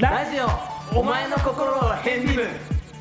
ラジオお前の心を変身分。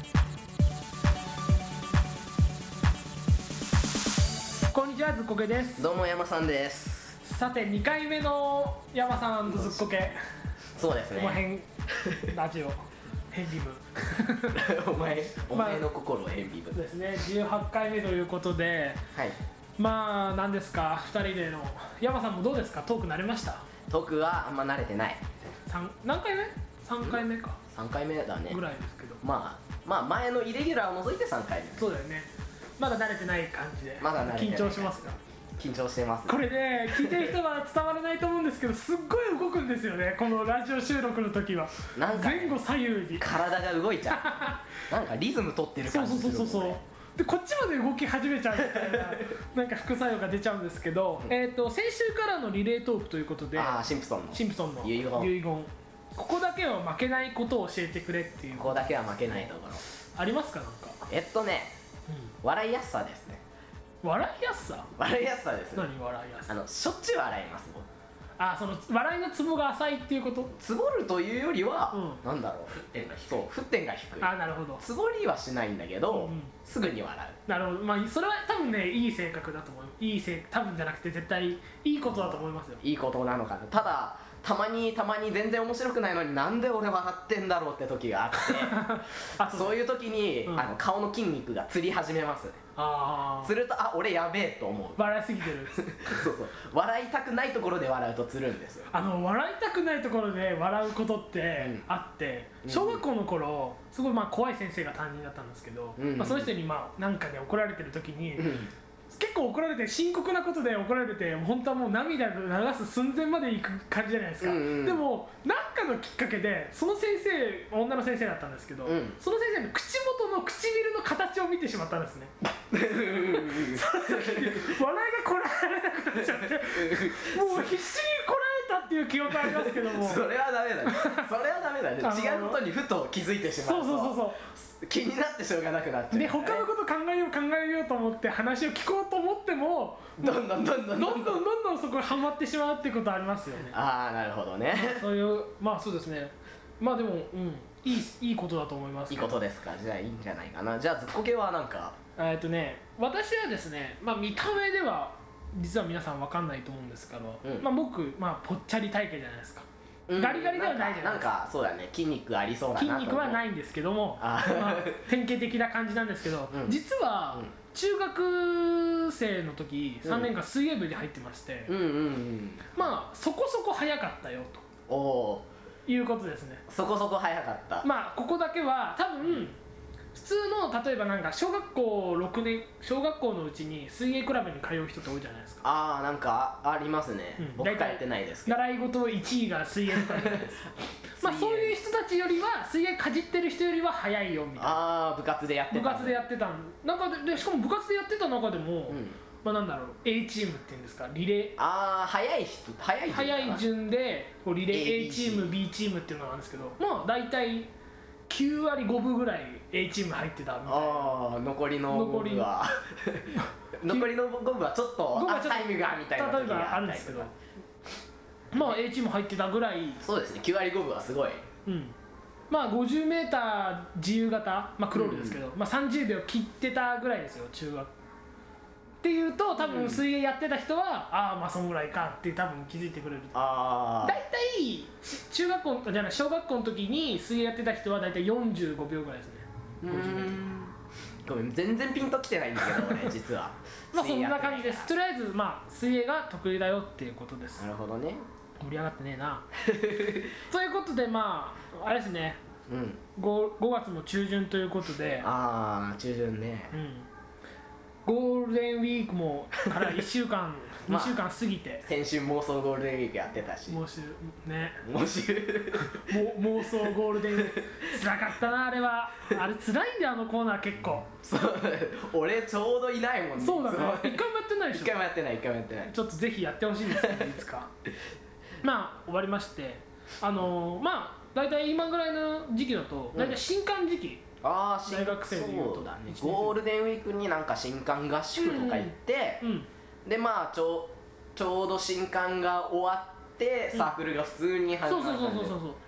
こんにちは、ずっこけです。 どうも山さんです。 さて2回目の山さんとずっこけそうですね。 お前ラジオ変身分お前の心を変身分ですね。18回目ということで、 はい。 まあ何ですか、2人での山さんもどうですか、トーク慣れました？ トークはあんま慣れてない。 何回目 ?3 回目か 3回目だねぐらいですけど、 まあ前のイレギュラーを除いて3回目。 そうだよね。まだ慣れてない感じで、 まだ慣れてない緊張しますか？ 緊張してます。 これね、聞いてる人は伝わらないと思うんですけど、すっごい動くんですよね、このラジオ収録の時は。 なんか前後左右に体が動いちゃうなんかリズム取ってる感じするもんね。 そうで、こっちまで動き始めちゃうみたいななんか副作用が出ちゃうんですけど、先週からのリレートークということで、 シンプソンの遺言、ここだけは負けないことを教えてくれっていう。 ここだけは負けないところありますか？なんか笑いやすさですね。 笑いやすさですね。 何笑いやすさ？ しょっちゅう笑いますもん。 その笑いのツボが浅いっていうこと？ つぼるというよりは、なんだろう、沸点が低い。 なるほど。 つぼりはしないんだけど、すぐに笑う。 なるほど。まあそれは多分ね、いい性格だと思う。多分じゃなくて絶対いいことだと思いますよ。 いいことなのかな。ただたまに全然面白くないのになんで俺笑ってんだろうって時があってそういう時に、顔の筋肉がつり始めますね。つると俺やべえと思う。 笑いすぎてるそう笑いたくないところで笑うとつるんですよ。 笑いたくないところで笑うことってあって、小学校の頃すごい怖い先生が担任だったんですけど、その人になんかね怒られてる時に、結構怒られて、深刻なことで怒られて、本当はもう涙を流す寸前までいく感じじゃないですか。でも何かのきっかけでその先生、女の先生だったんですけど、その先生の口元の唇の形を見てしまったんですねその時に笑いがこらえられなくなっちゃってもう必死にこらえたっていう記憶ありますけどもそれはダメだね違うことにふと気づいてしまうとそう気になってしょうがなくなっちゃう、 で、他のこと考えようと思って話を聞こうと思ってもどんどんそこにはまってしまうっていうことありますよね。 なるほどね。 そういうそうですね。でもいいことだと思います。 いいことですか。じゃあいいんじゃないかな。じゃあずっこけはなんか私はですね、見た目では実は皆さん分かんないと思うんですけど、僕ぽっちゃり体型じゃないですか。ガリガリではないじゃないですか。 なんかそうだね、筋肉ありそうだなと。 筋肉はないんですけども、典型的な感じなんですけど、実は中学生の時3年間水泳部に入ってまして、そこそこ速かったよということですね。 そこそこ速かった。 ここだけは多分普通の、例えばなんか小学校のうちに水泳クラブに通う人って多いじゃないですか。 なんかありますね。僕通ってないですけど、 習い事1位が水泳とかじゃないですかそういう人たちよりは、水泳かじってる人よりは早いよみたいな。 部活でやってた中でしかも部活でやってた中でも、なんだろう、A チームっていうんですか、リレー、早い順でリレー A チーム B チームっていうのがあるんですけど、大体9割5分ぐらい A チーム入ってたみたいな。 残りの5分はちょっとタイムがみたいな時があるんですけど、A チーム入ってたぐらい。 そうですね、9割5分はすごい。 50m 自由形、クロールですけど、30秒切ってたぐらいですよ、中学っていうと、多分水泳やってた人はそんぐらいかって多分気づいてくれる。大体小学校の時に水泳やってた人は大体45秒ぐらいですね。 ごめん、全然ピンときてないんだけど俺実はそんな感じです。とりあえず水泳が得意だよっていうことです。 なるほどね。 盛り上がってねえなということであれですね、5月も中旬ということで、 中旬ね、 ゴールデンウィークもから1週間2週間過ぎて、 先週妄想ゴールデンウィークやってたし、 妄想ゴールデンウィークつらかったな。あれつらいんだよ、あのコーナー結構。 俺ちょうどいないもんね。 そうだね、1回もやってないでしょ。 1回もやってないちょっとぜひやってほしいんですけど、いつか終わりまして、大体今ぐらいの時期だと大体新歓時期、大学生でいうと、 そうだね、ゴールデンウィークになんか新歓合宿とか行って、でちょうど新歓が終わってサークルが普通に始まる感じ。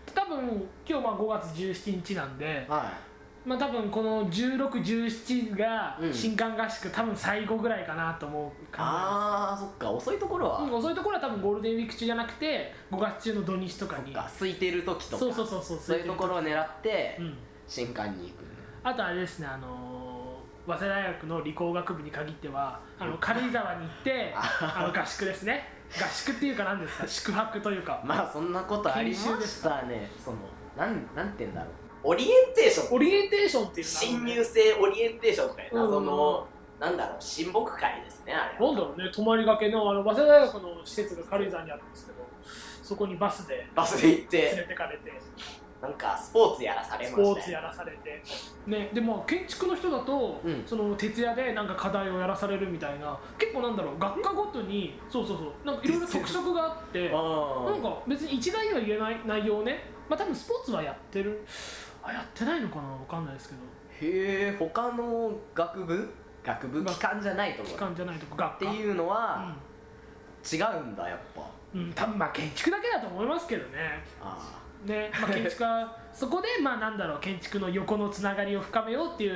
多分今日まあ5月17日なんで、 はまあ多分この16、17が新歓合宿、多分最後ぐらいかなと思う感じです。 ああ、そっか、遅いところは、 遅いところは多分ゴールデンウィーク中じゃなくて5月中の土日とかに、 空いてる時とか、 そういうところを狙って新歓に行く。 あとあれですね、早稲田大学の理工学部に限っては軽井沢に行って合宿ですね。合宿っていうか何ですか、宿泊というか、 まあそんなことありましたね。そのなんて言うんだろう、オリエンテーションっていう新入生オリエンテーションとかいう謎の、なんだろう、親睦会ですね。あれなんだろうね、泊まりがけの早稲田大学の施設が軽井沢にあるんですけど、そこにバスで行って連れてかれて、 なんかスポーツやらされました、ね、 スポーツやらされて、ね、でも建築の人だと、その徹夜でなんか課題をやらされるみたいな、結構なんだろう、学科ごとになんかいろいろ特色があってなんか別に一概には言えない内容ね。まあ多分スポーツはやってないのかな、わかんないですけど。 へえ、他の学部機関じゃないとこっていうのは、違うんだやっぱ。 多分まあ建築だけだと思いますけどね。ね、まあ、建築家そこでまあなんだろう、建築の横のつながりを深めようっていう、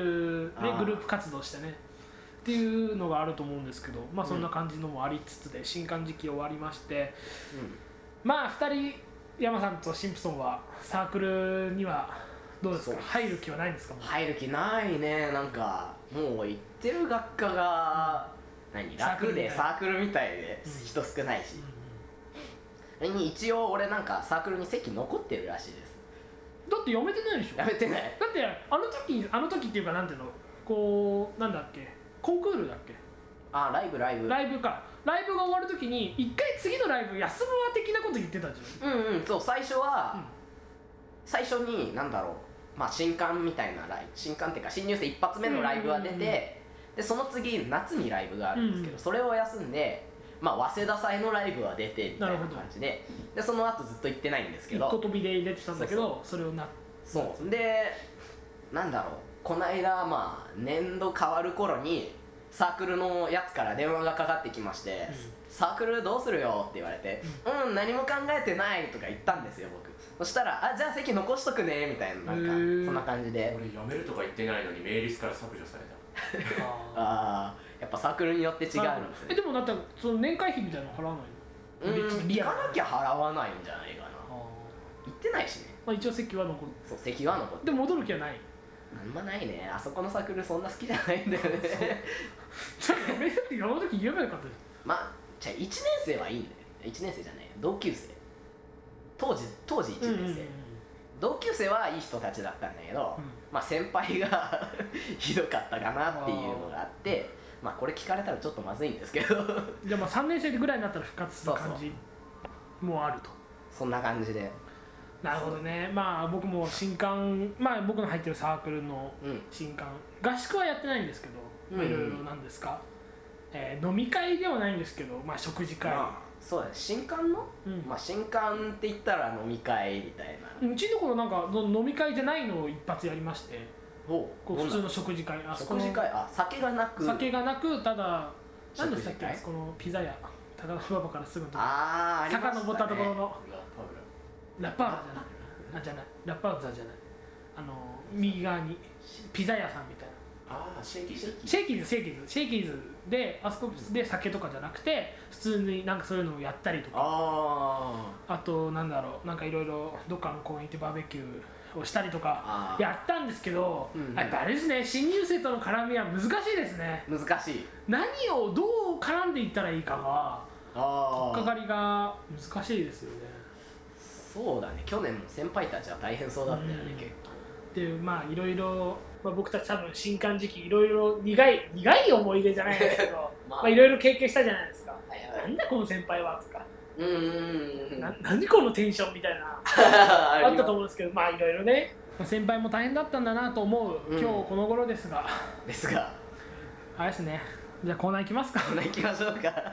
ね、グループ活動してねっていうのがあると思うんですけど、まあそんな感じのもありつつで新歓時期終わりまして、まあ2人山さんとシンプソンはサークルにはどうですか、入る気はないんですか？ 入る気ないね。なんかもう行ってる学科が、楽でサークルみたいで人少ないし、一応俺なんかサークルに席残ってるらしいです。 だってやめてないでしょ？ やめてない。 だってあの時っていうか、なんていうの、こうなんだっけ、コンクールだっけ、 ライブか。 ライブが終わる時に一回次のライブ休むわ的なこと言ってたじゃん。 そう、最初になんだろう、まあ新歓みたいな新歓っていうか新入生一発目のライブは出て、でその次夏にライブがあるんですけど、それを休んで、まあ、早稲田祭のライブは出てみたいな感じで、その後ずっと行ってないんですけど、 一個飛びで出てたんだけど、それをそうで、なんだろう、この間まあ年度変わる頃にサークルのやつから電話がかかってきまして、サークルどうするよって言われて、何も考えてないとか言ったんですよ僕。そしたら、じゃあ席残しとくねみたいな、なんかそんな感じで。 俺辞めるとか言ってないのにメールリスから削除された。 やっぱサークルによって違うんですね。 でもだってその年会費みたいなの払わないの？ 行かなきゃ払わないんじゃないかな。行ってないしね。 まあ一応席は残る。 そう、席は残って。 でも戻る気はない。 あんまないね。あそこのサークルそんな好きじゃないんだよね。 じゃあやめるってやめる時言えばよかったじゃん。 まあじゃあ1年生はいいんだよ。1年生じゃない、同級生。当時1年生、同級生はいい人たちだったんだけど、まあ先輩がひどかったかなっていうのがあって、まあこれ聞かれたらちょっとまずいんですけどじゃあまあ3年生ぐらいになったら復活する感じもあると。 そんな感じで。 なるほどね。まあ僕も新歓、まあ僕の入ってるサークルの新歓、合宿はやってないんですけど、いろいろなんですか、飲み会ではないんですけど、まあ食事会、 そうだね、新歓の、まあ新歓って言ったら飲み会みたいな。 うちの頃なんか飲み会じゃないのを一発やりまして、こう普通の食事会、 酒がなく、 ただ何でしたっけ、このピザ屋高田馬場からすぐのところ、坂登ったところのラッパーじゃないラッパーザじゃない、右側にピザ屋さんみたいな、 シェイキーズで、あそこで酒とかじゃなくて普通になんかそういうのをやったりとか、あとなんだろう、なんかいろいろどっかの公園行ってバーベキューをしたりとかやったんですけど、やっぱあれですね、新入生との絡みは難しいですね。 難しい。 何をどう絡んでいったらいいかが取っかかりが難しいですよね。 そうだね、去年も先輩たちは大変そうだったよね、結構。 でまあいろいろ、僕たち多分新歓時期いろいろ苦い思い出じゃないですけどまあいろいろ経験したじゃないですか。なんだこの先輩はとか、何このテンションみたいなあったと思うんですけど、まあいろいろね、先輩も大変だったんだなと思う今日この頃ですが、あれですね、じゃあコーナー行きますか。 コーナー行きましょうか。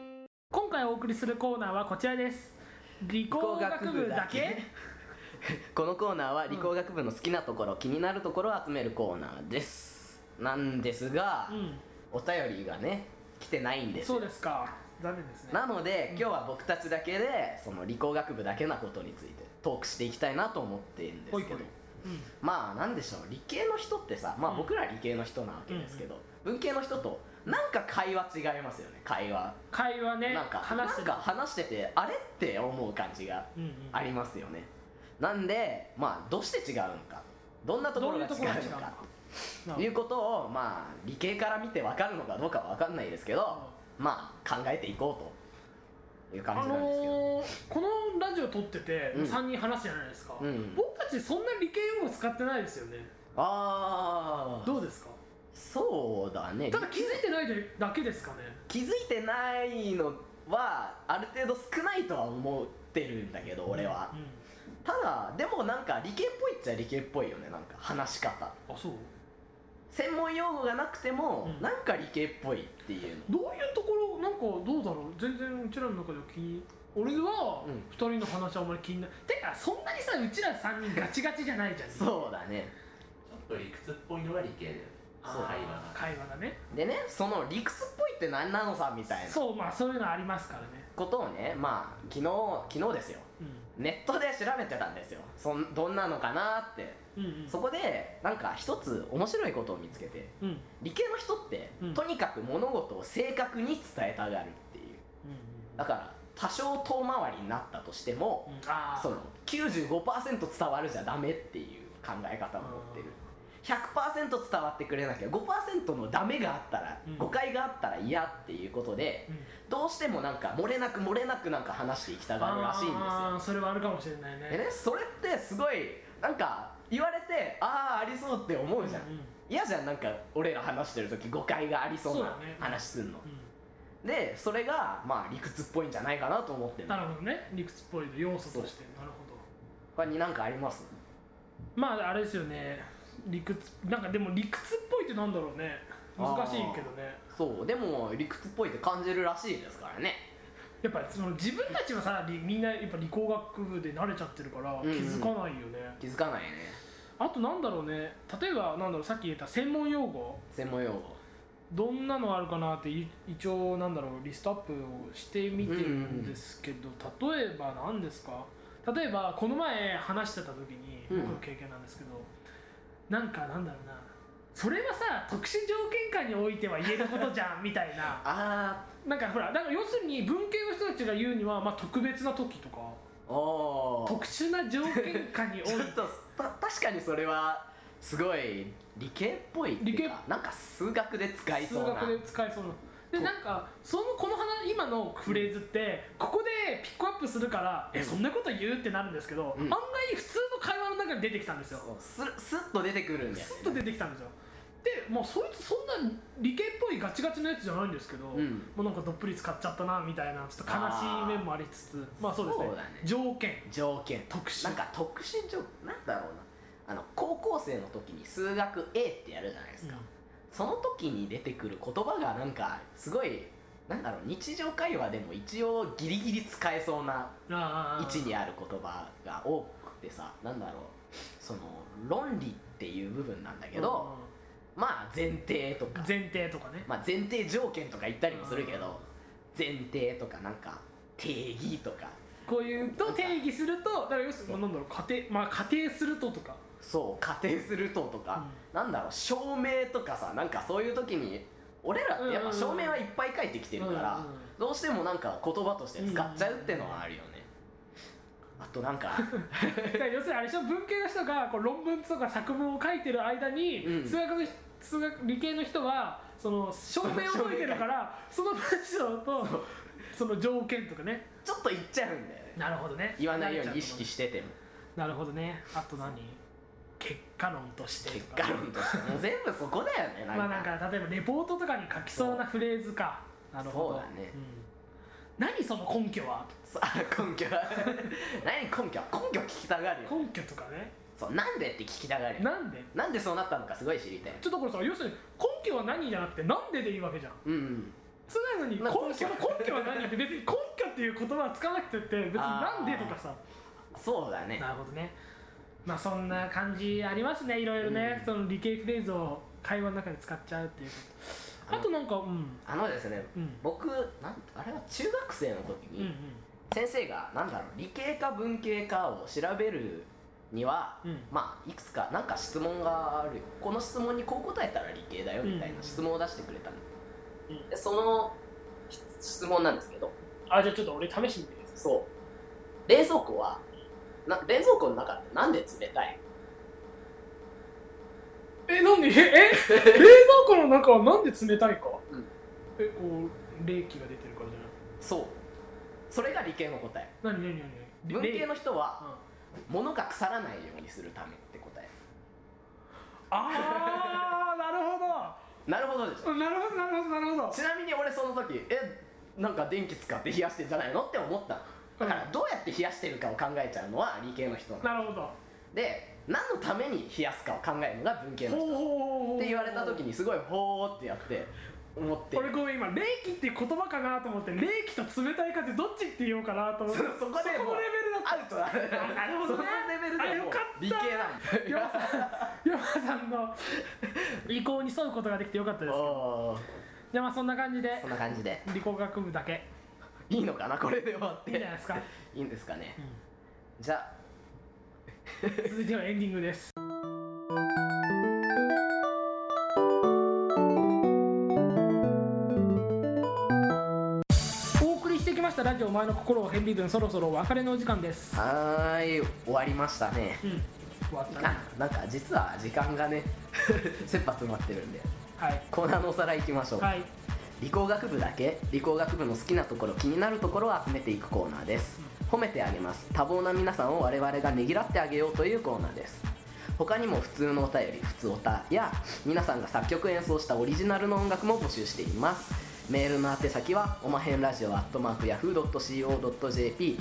今回お送りするコーナーはこちらです。理工学部だけこのコーナーは理工学部の好きなところ、気になるところを集めるコーナーですなんですが、お便りがね来てないんですよ。 そうですか、残念ですね。 なので、今日は僕たちだけでその理工学部だけなことについてトークしていきたいなと思っているんですけど、まあなんでしょう、理系の人ってさ、まあ僕ら理系の人なわけですけど、文系の人となんか会話違いますよね。会話ね、 なんか話しててあれって思う感じがありますよね。なんでまあどうして違うのか、どんなところが違うのかということを、まあ理系から見て分かるのかどうかは分かんないですけど、まあ考えていこうという感じなんですけど、 このラジオ撮ってて3人話すじゃないですか、僕たちそんな理系用語使ってないですよね。 ああ、 どうですか？ そうだね。 ただ気づいてないだけですかね。 気づいてないのはある程度少ないとは思ってるんだけど、俺は、ただでもなんか理系っぽいっちゃ理系っぽいよね。なんか話し方、 あ、そう、 専門用語がなくても、なんか理系っぽいっていうの。どういうところ、なんかどうだろう、全然うちらの中では俺は2人の話はあんまり気になる、てかそんなにさ、うちら3人ガチガチじゃないじゃん。 そうだね。 ちょっと理屈っぽいのが理系だよね。 会話がね。 でね、その理屈っぽいって何なのさみたいな、 そう、まあそういうのありますからね。 ことをね、まあ昨日ですよ、ネットで調べてたんですよ。どんなのかなって、そこでなんか一つ面白いことを見つけて、理系の人って、とにかく物事を正確に伝えたがるっていう、だから多少遠回りになったとしても、その 95% 伝わるじゃダメっていう考え方を持ってる。100% 伝わってくれなきゃ 5% のダメがあったら、誤解があったら嫌っていうことで、どうしてもなんか漏れなくなんか話していきたがるらしいんですよ。 それはあるかもしれないね。 でね、それってすごいなんか言われてありそうって思うじゃん、嫌じゃん。なんか俺ら話してる時誤解がありそうな話すんの、でそれがまあ理屈っぽいんじゃないかなと思ってる。 なるほどね、理屈っぽいの要素として。なるほど。 他に何かあります？ まああれですよね、理屈、なんかでも理屈っぽいってなんだろうね、難しいけどね。 そう、でも理屈っぽいって感じるらしいですからね。 やっぱりその自分たちはさ、みんなやっぱ理工学部で慣れちゃってるから気づかないよね、 気づかないね。 あとなんだろうね、例えばなんだろう、さっき言った専門用語どんなのあるかなって一応なんだろうリストアップをしてみてるんですけど、例えば何ですか？例えばこの前話してた時に僕の経験なんですけど、なんだろうな、それはさ特殊条件下においては言えることじゃんみたいななんかほら、だから要するに文系の人たちが言うには、まあ、特別な時とか特殊な条件下においてちょっと確かにそれはすごい理系っぽいっていうか、なんか数学で使いそうな。 で、なんかこの今のフレーズってここでピックアップするからそんなこと言うってなるんですけど、案外普通の会話の中に出てきたんですよ。 スッと出てくるんだよね。 スッと出てきたんですよ。で、まあそいつそんな理系っぽいガチガチのやつじゃないんですけど、もうなんかどっぷり使っちゃったなみたいなちょっと悲しい面もありつつ、まあそうですね、条件特殊、 なんか特殊条件なんだろうな、高校生の時に数学 A ってやるじゃないですか、その時に出てくる言葉がなんかすごいなんだろう、日常会話でも一応ギリギリ使えそうな位置にある言葉が多くてさ、なんだろう、その論理っていう部分なんだけど、まあ前提とかね、 まあ前提条件とか言ったりもするけど、前提とかなんか定義とかこういうと定義すると、だから要するになんだろう、仮定するととか、 そう仮定するととか、なんだろう、証明とかさ、なんかそういう時に俺らってやっぱ証明はいっぱい書いてきてるから、どうしてもなんか言葉として使っちゃうってのはあるよね。あとなんか要するにあれでしょ、文系の人がこう論文とか作文を書いてる間に、数学理系の人はその証明を解いてるからその文章とその条件とかね、 ちょっと言っちゃうんだよね。 なるほどね、 言わないように意識してても。 なるほどね。あと結果論としてとか、 もう全部そこだよね。 まあなんか例えばレポートとかに書きそうなフレーズか。なるほど。 そうだね。 何その根拠は？ 根拠は何？根拠聞きたがるよ。 根拠とかね。 そう、なんでって聞きたがるよ。なんでそうなったのかすごい知りたい。 ちょっとこれさ、要するに根拠は何じゃなくてなんででいいわけじゃん。それなのに根拠は何って別に根拠っていう言葉は使わなくてって別になんでとかさ。 そうだね。 なるほどね。 まあそんな感じありますね、いろいろね、その理系フレーズを会話の中で使っちゃうっていうあとなんかですね、僕あれは中学生の時に、先生が理系か文系かを調べるには、まあいくつかなんか質問がある、この質問にこう答えたら理系だよみたいな質問を出してくれたの、でその質問なんですけど、 じゃあちょっと俺試してみてください。 そう冷蔵庫の中ってなんで冷たい？ なんで冷蔵庫の中はなんで冷たいか？こう冷気が出てるからじゃない？ そう、それが理系の答え。 何文系の人は、物が腐らないようにするためって答え。 なるほどなるほどでしょ。 なるほど。 ちなみに俺その時なんか電気使って冷やしてんじゃないのって思ったの。だからどうやって冷やしてるかを考えちゃうのは理系の人なるほど。 で、何のために冷やすかを考えるのが文系の人って言われた時にすごいほーってやって思って、 俺ごめん今冷気っていう言葉かなと思って、冷気と冷たい風どっちって言おうかなと思って、 そこでもうレベルだった。 アウトだ。 なるほどね。 そのレベルでもう理系なんだ。 ヨマさんの意向に沿うことができてよかったです。じゃあまあそんな感じで理工学部だけいいのかな、これで終わって。 いいんじゃないですか。 いいんですかね、じゃあ続いてはエンディングです。お送りしてきましたラジオお前の心を変微分、そろそろお別れのお時間です。 はーい、終わりましたね。 終わったね。 なんか実は時間がね切羽詰まってるんで、コーナーのおさらいいきましょう。理工学部だけ、理工学部の好きなところ、気になるところを集めていくコーナーです。褒めてあげます。多忙な皆さんを我々がねぎらってあげようというコーナーです。他にも普通のお便り、普通おたや皆さんが作曲演奏したオリジナルの音楽も募集しています。メールの宛先はおまへんラジオ@yahoo.co.jp、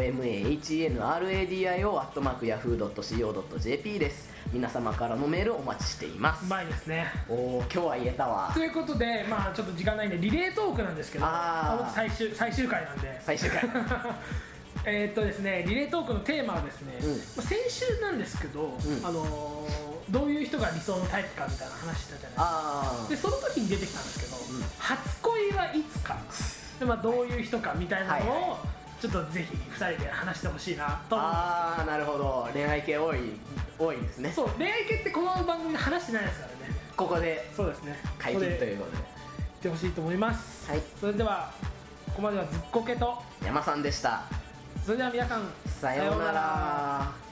omhenradio@yahoo.co.jp です。皆様からのメールをお待ちしています。 うまいですね。 今日は言えたわ。 ということで、まあちょっと時間ないんでリレートークなんですけど、最終回なんで最終回ですね、リレートークのテーマはですね、先週なんですけど、どういう人が理想のタイプかみたいな話したじゃないですか。でその時に出てきたんですけど、初恋はいつかで、どういう人かみたいなのをちょっとぜひ2人で話してほしいなと思います。 なるほど、恋愛系多いんですね。 そう、恋愛系ってこの番組で話してないですからね。 ここでそうですね、 解禁ということで言ってほしいと思います。それではここまではずっこけと山さんでした。 それでは皆さんさようなら。